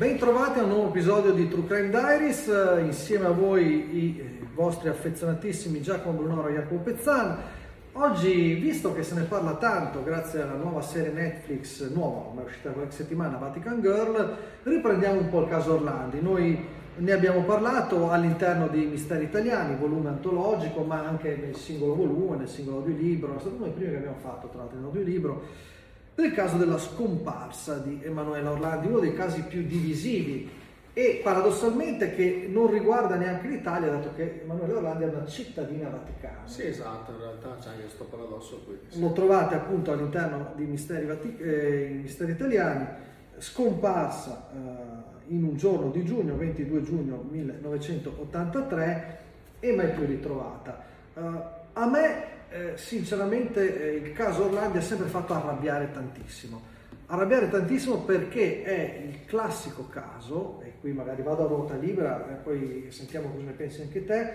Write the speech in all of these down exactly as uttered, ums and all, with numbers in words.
Bentrovati a un nuovo episodio di True Crime Diaries, insieme a voi i vostri affezionatissimi Giacomo Brunoro e Jacopo Pezzan. Oggi, visto che se ne parla tanto grazie alla nuova serie Netflix, nuova, ma è uscita qualche settimana, Vatican Girl, riprendiamo un po' il caso Orlandi. Noi ne abbiamo parlato all'interno di Misteri Italiani, volume antologico, ma anche nel singolo volume, nel singolo audiolibro. È stato uno dei primi che abbiamo fatto, tra l'altro, in audiolibro, del caso della scomparsa di Emanuela Orlandi, uno dei casi più divisivi e paradossalmente che non riguarda neanche l'Italia, dato che Emanuela Orlandi è una cittadina vaticana. Sì, esatto, in realtà c'è questo paradosso qui. Sì. Lo trovate appunto all'interno di Misteri, Vatic- eh, Misteri Italiani, scomparsa eh, in un giorno di giugno, ventidue giugno millenovecentottantatré, e mai più ritrovata. Uh, a me Eh, sinceramente eh, il caso Orlandi ha sempre fatto arrabbiare tantissimo arrabbiare tantissimo perché è il classico caso, e qui magari vado a ruota libera e poi sentiamo cosa ne pensi anche te,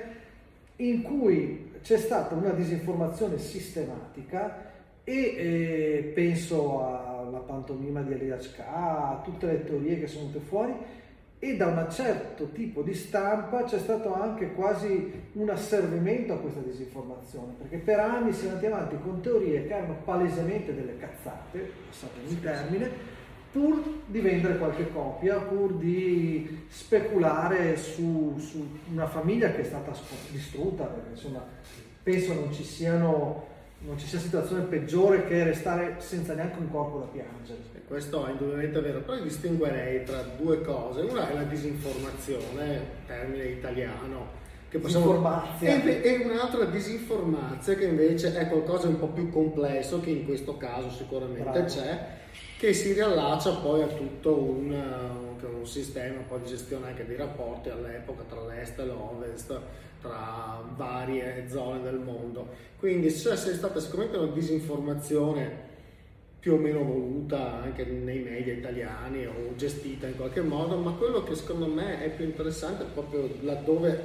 in cui c'è stata una disinformazione sistematica e eh, penso alla pantomima di Elias K, a tutte le teorie che sono venute fuori, e da un certo tipo di stampa c'è stato anche quasi un asservimento a questa disinformazione, perché per anni si è andati avanti con teorie che erano palesemente delle cazzate, passatemi il termine, pur di vendere qualche copia, pur di speculare su, su una famiglia che è stata distrutta, perché insomma penso non ci siano non ci sia situazione peggiore che restare senza neanche un corpo da piangere. E questo è indubbiamente vero, però io distinguerei tra due cose. Una è la disinformazione, termine italiano, che possiamo... e, e un'altra disinformazione che invece è qualcosa un po' più complesso, che in questo caso sicuramente Bravo. c'è, che si riallaccia poi a tutto un, un sistema un po' di gestione anche dei rapporti all'epoca tra l'est e l'ovest, tra varie zone del mondo. Quindi c'è stata sicuramente una disinformazione più o meno voluta anche nei media italiani o gestita in qualche modo, ma quello che secondo me è più interessante è proprio laddove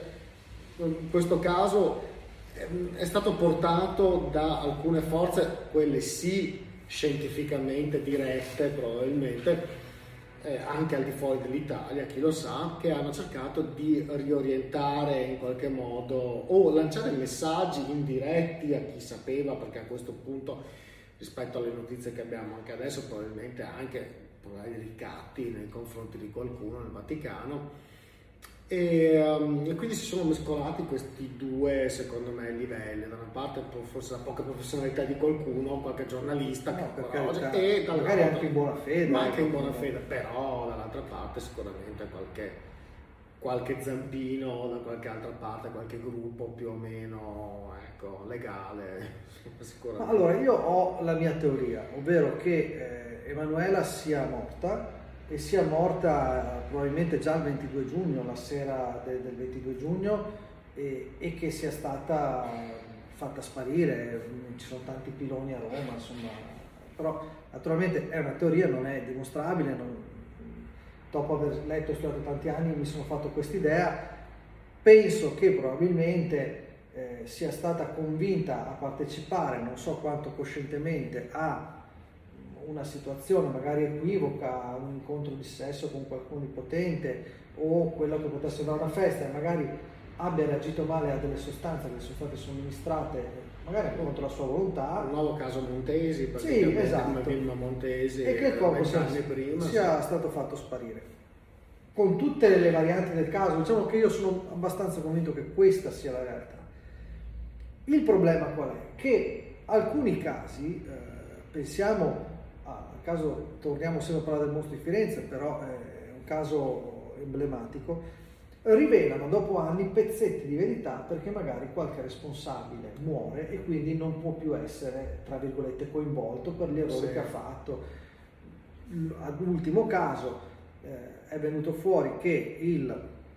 in questo caso è stato portato da alcune forze, quelle sì scientificamente dirette probabilmente, Eh, anche al di fuori dell'Italia, chi lo sa, che hanno cercato di riorientare in qualche modo o lanciare messaggi indiretti a chi sapeva, perché a questo punto rispetto alle notizie che abbiamo anche adesso probabilmente anche ricatti nei confronti di qualcuno nel Vaticano, e, um, e quindi si sono mescolati questi due, secondo me, livelli. Da una parte forse la poca professionalità di qualcuno, qualche giornalista, no, che perché oggi, e magari anche in buona fede, ma anche in buona fede, però dall'altra parte sicuramente qualche, qualche zampino da qualche altra parte, qualche gruppo più o meno ecco, legale sicuramente. Allora io ho la mia teoria, ovvero che eh, Emanuela sia morta e sia morta probabilmente già il ventidue giugno, la sera de, del ventidue giugno, e, e che sia stata fatta sparire. Ci sono tanti piloni a Roma, insomma, però naturalmente è una teoria, non è dimostrabile. Non, dopo aver letto e studiato tanti anni mi sono fatto quest'idea. Penso che probabilmente eh, sia stata convinta a partecipare, non so quanto coscientemente, a una situazione magari equivoca, un incontro di sesso con qualcuno di potente o quello che potesse sembrare una festa, e magari abbia reagito male a delle sostanze che sono state somministrate magari anche contro la sua volontà. Un nuovo caso Montesi, perché sì, esatto. Vilma Montesi, e che il corpo sia, prima, sia sì. stato fatto sparire. Con tutte le varianti del caso, diciamo che io sono abbastanza convinto che questa sia la realtà. Il problema qual è? Che alcuni casi, eh, pensiamo al caso, torniamo sempre a parlare del mostro di Firenze, però è un caso emblematico, rivelano dopo anni pezzetti di verità perché magari qualche responsabile muore e quindi non può più essere, tra virgolette, coinvolto per gli errori sì. che ha fatto. All'ultimo caso eh, è venuto fuori che il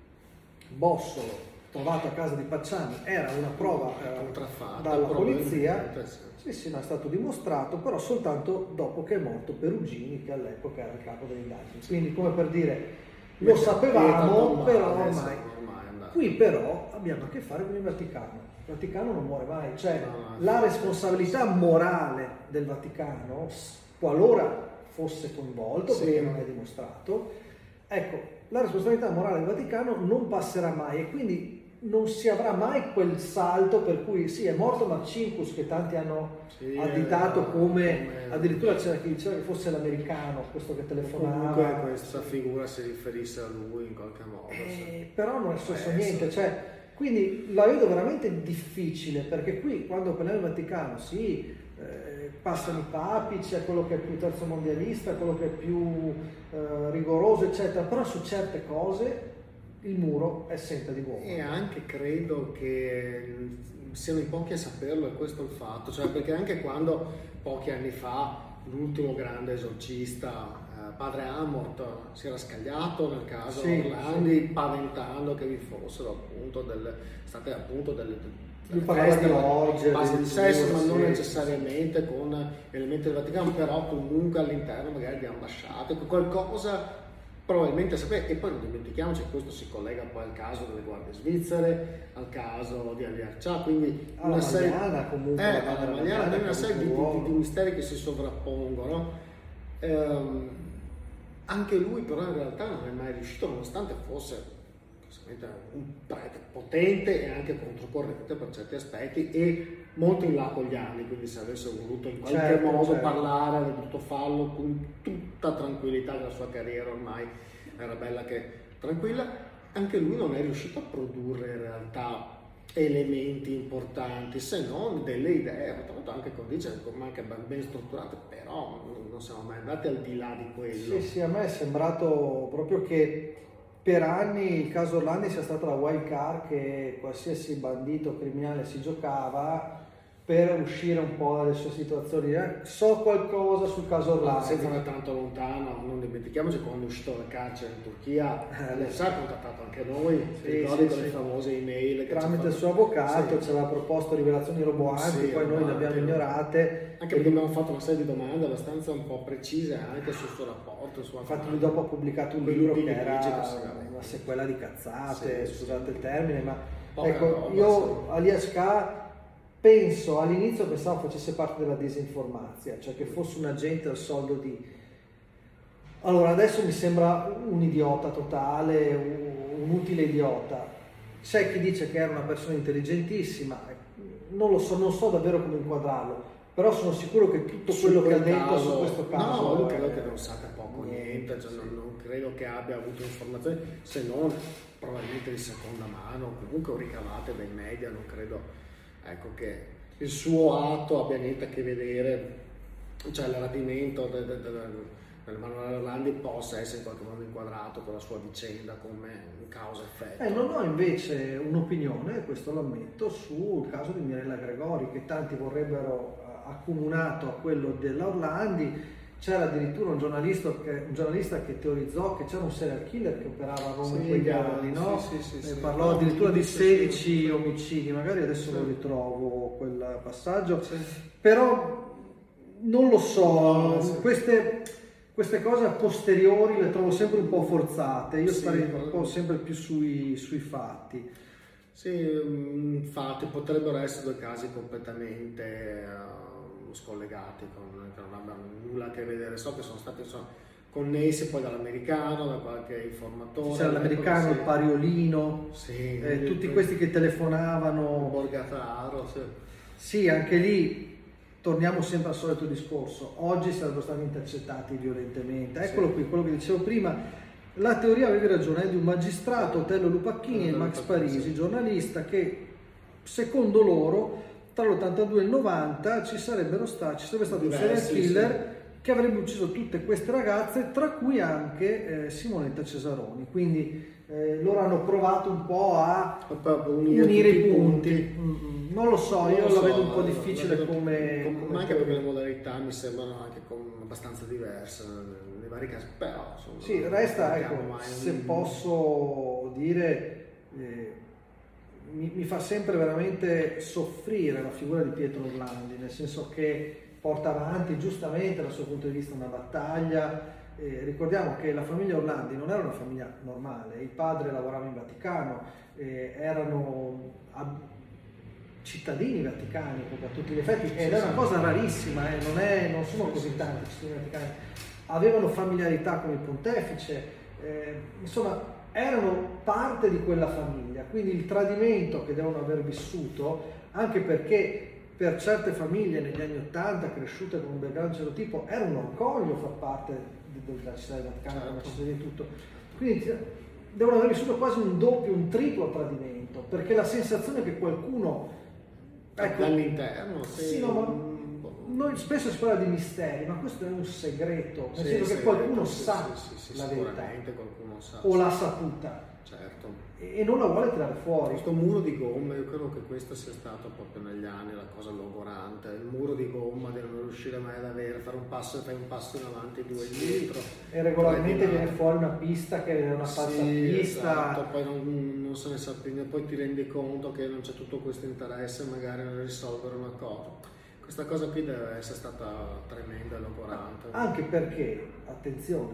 bossolo trovato a casa di Pacciani era una prova eh, dalla polizia. Sì, sì, no, è stato dimostrato, però soltanto dopo che è morto Perugini, che all'epoca era il capo delle indagini. Quindi, come per dire, lo sapevamo, però ormai. Qui però abbiamo a che fare con il Vaticano. Il Vaticano non muore mai, cioè la responsabilità morale del Vaticano, qualora fosse coinvolto, sì. perché non è dimostrato, ecco, la responsabilità morale del Vaticano non passerà mai e quindi non si avrà mai quel salto per cui sì, è morto Marcinkus che tanti hanno sì, additato come, come addirittura c'era chi diceva che fosse l'americano, questo che telefonava. Comunque questa figura si riferisse a lui in qualche modo. Eh, sì. Però non è successo niente, cioè, quindi la vedo veramente difficile perché qui quando parliamo del Vaticano sì, eh, passano i papi, c'è quello che è più terzo mondialista, quello che è più eh, rigoroso eccetera, però su certe cose il muro è sempre di uomo. E anche credo che siano in pochi a saperlo, è questo il fatto, cioè perché anche quando pochi anni fa l'ultimo grande esorcista, eh, padre Amort, si era scagliato nel caso sì, Orlandi, sì. paventando che vi fossero appunto delle state appunto delle, delle feste, di orge, base di sesso, ma non necessariamente con elementi del Vaticano, però comunque all'interno magari di ambasciate, qualcosa probabilmente sapere. E poi non dimentichiamoci che questo si collega poi al caso delle guardie svizzere, al caso di Aliarcià, quindi alla una serie, Magliana comunque, eh, alla Magliana, una serie di, di, di misteri che si sovrappongono. Ehm, anche lui però in realtà non è mai riuscito, nonostante fosse un prete potente e anche controcorrente per certi aspetti e molto in là con gli anni, quindi se avesse voluto in qualche certo, modo certo. parlare avrebbe potuto farlo con tutta tranquillità della sua carriera, ormai era bella che tranquilla. Anche lui non è riuscito a produrre in realtà elementi importanti se non delle idee, anche condivise, anche ben strutturate, però non siamo mai andati al di là di quello. Sì, sì, a me è sembrato proprio che per anni il caso Orlandi sia stata la wild card che qualsiasi bandito criminale si giocava per uscire un po' dalle sue situazioni. Eh, so qualcosa sul caso Orlandi. Senza andare tanto lontano, non dimentichiamoci quando è uscito dal carcere in Turchia, eh, l'E S A ha contattato anche noi, sì, ricordi, sì, con sì. le famose email. Che tramite il suo avvocato sì. ci aveva proposto rivelazioni roboanti, sì, poi noi le abbiamo ignorate. Anche perché abbiamo fatto una serie di domande abbastanza un po' precise anche sul suo rapporto. Sua Infatti lui dopo ha pubblicato un libro che era una sequela di cazzate, sì, scusate sì. il termine, ma Poca ecco, roba, io sì. Alias K penso, all'inizio pensavo facesse parte della disinformazione, cioè che fosse un agente al soldo di... Allora adesso mi sembra un idiota totale, un, un utile idiota. C'è chi dice che era una persona intelligentissima, non lo so, non so davvero come inquadrarlo, però sono sicuro che tutto quello che ha detto su questo caso... No, io credo che non sappia poco niente, cioè non, non credo che abbia avuto informazioni, se non probabilmente di seconda mano, comunque ricavate dai media, non credo... Ecco che il suo atto abbia niente a che vedere, cioè il rapimento dell'Emanuele Orlandi possa essere in qualche modo inquadrato con la sua vicenda come un causa-effetto. Eh, non ho invece un'opinione, questo lo ammetto, sul caso di Mirella Gregori, che tanti vorrebbero accomunato a quello dell'Orlandi. C'era addirittura un giornalista che, un giornalista che teorizzò che c'era un serial killer che operava a Roma in sì, quegli anni, no? Sì, sì, sì, eh, parlò sì. addirittura di sedici sì. omicidi, magari adesso sì. lo ritrovo quel passaggio, sì. però non lo so, no, sì. queste, queste cose a posteriori le trovo sempre un po' forzate, io sì, starei un po' sempre più sui, sui fatti. Sì, infatti potrebbero essere due casi completamente... Uh... scollegati, con, che non abbiano nulla a che vedere. So che sono stati insomma, connessi poi dall'americano, da qualche informatore. C'era l'americano, il Pariolino, sì, eh, tutti il, questi che telefonavano. Borgataro. Sì. sì, anche lì torniamo sempre al solito discorso. Oggi sarebbero stati intercettati violentemente. Eccolo sì. qui, quello che dicevo prima. La teoria, avevi ragione, è di un magistrato, Otello Lupacchini e Max Parisi, sì. giornalista, che secondo loro tra l'ottantadue e il novanta ci sarebbero stati, ci sarebbe stato un serial killer sì. che avrebbe ucciso tutte queste ragazze, tra cui anche eh, Simonetta Cesaroni. Quindi eh, loro hanno provato un po' a unire, unire i punti. punti. Mm-hmm. Non lo so, non io lo, so, vedo un po' difficile vedo, come, come, come... Anche perché le modalità mi sembrano anche abbastanza diverse nei vari casi, però... Insomma, sì, resta, ecco, se un... posso dire... Eh, Mi, mi fa sempre veramente soffrire la figura di Pietro Orlandi, nel senso che porta avanti giustamente dal suo punto di vista una battaglia. Eh, ricordiamo che la famiglia Orlandi non era una famiglia normale, il padre lavorava in Vaticano, eh, erano ab- cittadini vaticani a tutti gli effetti, ed è una cosa rarissima, eh, non, è, non sono così tanti cittadini vaticani. Avevano familiarità con il pontefice, eh, insomma erano parte di quella famiglia, quindi il tradimento che devono aver vissuto, anche perché per certe famiglie negli anni Ottanta cresciute con un background cerotipo era un orgoglio far parte della città del Vaticano, come certo. si vede tutto, quindi devono aver vissuto quasi un doppio, un triplo tradimento, perché la sensazione che qualcuno, ecco, dall'interno sì, sì, no, ma noi spesso si parla di misteri, ma questo è un segreto, nel sì, senso che qualcuno sì, sa sì, sì, la verità qualcuno sa, o l'ha saputa, certo. e non la vuole tirare fuori. Questo muro di gomma, io credo che questo sia stato proprio negli anni la cosa logorante, il muro di gomma di non riuscire mai ad avere, fare un passo e fai un passo in avanti e due indietro. E regolarmente viene fuori una pista che è una falsa sì, pista. Esatto. Poi non, non se ne sa più, poi ti rendi conto che non c'è tutto questo interesse magari nel risolvere una cosa. Questa cosa qui deve essere stata tremenda e logorante. Anche perché, attenzione,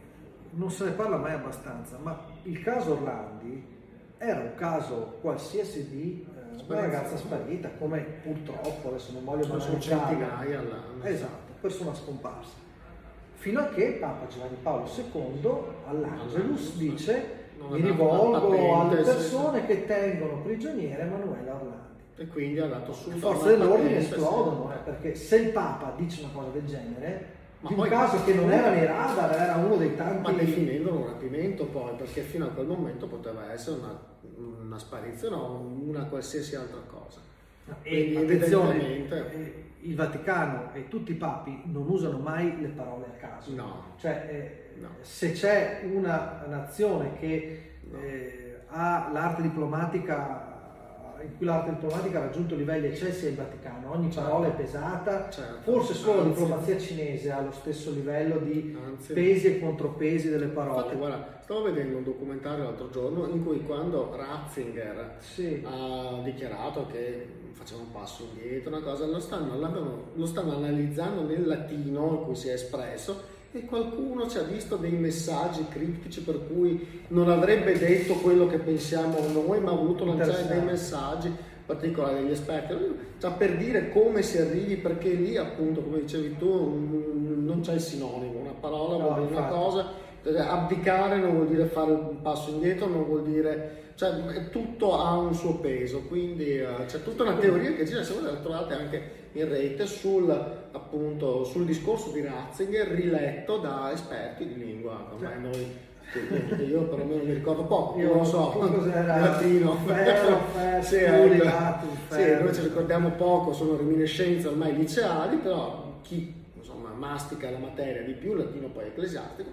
non se ne parla mai abbastanza, ma il caso Orlandi era un caso qualsiasi di eh, una ragazza sparita, come purtroppo, adesso non voglio sono centinaia all'anno. Esatto, persona scomparsa. Fino a che Papa Giovanni Paolo secondo all'Angelus dice: mi rivolgo alle persone che tengono prigioniera Emanuela Orlandi. E quindi ha dato su. Le forze dell'ordine esplodono, sì. eh, perché se il Papa dice una cosa del genere, ma di un caso che non era nei radar, era uno dei tanti. Ma definendolo un rapimento poi, perché fino a quel momento poteva essere una, una sparizione o una qualsiasi altra cosa. E attenzione, il Vaticano e tutti i papi non usano mai le parole a caso. No. Cioè, eh, no. se c'è una nazione che no. eh, ha l'arte diplomatica, in cui l'arte diplomatica ha raggiunto livelli eccessi, è il Vaticano. Ogni certo. parola è pesata, certo. forse solo Anzi. la diplomazia cinese ha lo stesso livello di Anzi. pesi e contropesi delle parole. Infatti, guarda, stavo vedendo un documentario l'altro giorno in cui quando Ratzinger sì. ha dichiarato che faceva un passo indietro, una cosa, lo stanno, lo stanno analizzando nel latino in cui si è espresso, e qualcuno ci ha visto dei messaggi criptici per cui non avrebbe detto quello che pensiamo noi, ma ha voluto lanciare dei messaggi particolari degli esperti, cioè per dire come si arrivi, perché lì appunto, come dicevi tu, non c'è il sinonimo, una parola no, vuol dire una cosa, abdicare non vuol dire fare un passo indietro, non vuol dire, cioè tutto ha un suo peso, quindi uh, c'è tutta una teoria che gira, se voi la trovate anche in rete, sul, appunto, sul discorso di Ratzinger riletto da esperti di lingua, ormai noi, io perlomeno mi ricordo poco, io non so, cos'era latino, ferro, ferro, sì, ferro, ecco. lato, Sì, noi ci ricordiamo poco, sono reminiscenze ormai liceali, però chi insomma mastica la materia di più, latino poi ecclesiastico.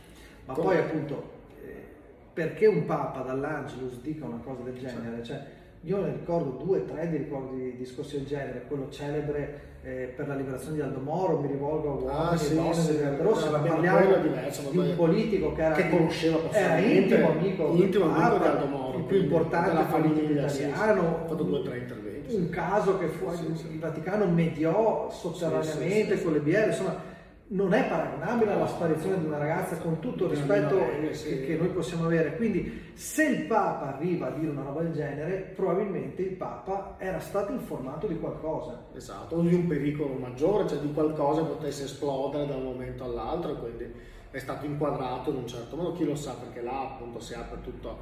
Ma come... poi appunto, eh, perché un Papa dall'Angelus dica una cosa del genere? Cioè, io ne ricordo due, tre di ricordi di discorsi del genere, quello celebre eh, per la liberazione di Aldo Moro, mi rivolgo a uomini ah, sì, e donne sì, del Rosso, ma parliamo diverso, di un politico che, era, che conosceva personalmente, era intimo amico, intimo Papa, amico di Aldo Moro, il più importante politico italiano, sì, sì. Ha fatto due o tre interventi. Un caso che fu, sì, sì. il Vaticano mediò sotterraneamente sì, sì, con le B R, insomma non è paragonabile alla sparizione di una ragazza, con tutto il rispetto che, che noi possiamo avere. Quindi se il Papa arriva a dire una roba del genere, probabilmente il Papa era stato informato di qualcosa. Esatto, o di un pericolo maggiore, cioè di qualcosa che potesse esplodere da un momento all'altro, quindi è stato inquadrato in un certo modo, chi lo sa, perché là appunto si apre tutta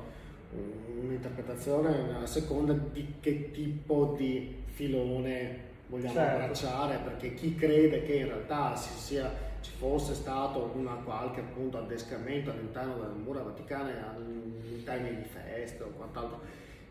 un'interpretazione a seconda di che tipo di filone vogliamo certo. abbracciare, perché chi crede che in realtà si sia, ci fosse stato una qualche appunto addescamento all'interno delle mura vaticane in termini di feste o quant'altro,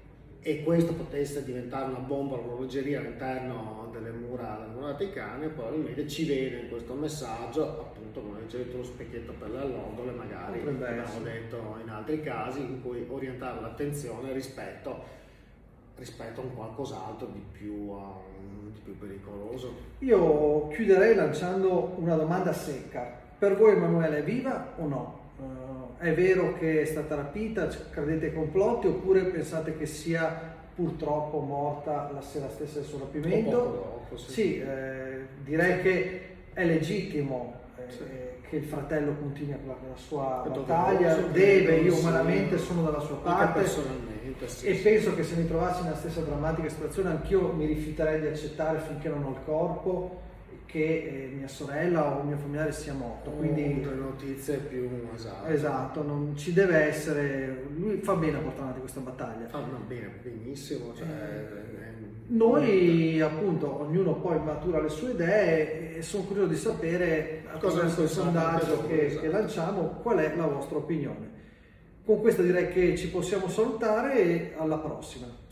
e questo potesse diventare una bomba orologeria all'interno delle mura, delle mura vaticane, probabilmente ci vede in questo messaggio, appunto come dicevi tu, lo specchietto per le allodole, magari abbiamo detto in altri casi, in cui orientare l'attenzione rispetto rispetto a un qualcos'altro di più, um, di più pericoloso. Io chiuderei lanciando una domanda secca. Per voi Emanuela è viva o no? Uh, è vero che è stata rapita? Credete ai complotti oppure pensate che sia purtroppo morta la sera stessa del suo rapimento? Poco dopo, sì. Sì, eh, direi che è legittimo eh, sì. che il fratello continui con la, la sua e battaglia, deve, io umanamente sono dalla sua parte. Personalmente. Sì, e sì. penso che se mi trovassi nella stessa drammatica situazione anch'io mi rifiuterei di accettare finché non ho il corpo che eh, mia sorella o mio familiare sia morto, quindi le notizie più esatte. Esatto, non ci deve essere, lui fa bene a portare avanti questa battaglia. Fa no, bene, benissimo, cioè, eh, noi appunto ognuno poi matura le sue idee e sono curioso di sapere attraverso il sondaggio che, esatto. che lanciamo qual è la vostra opinione. Con questo direi che ci possiamo salutare e alla prossima.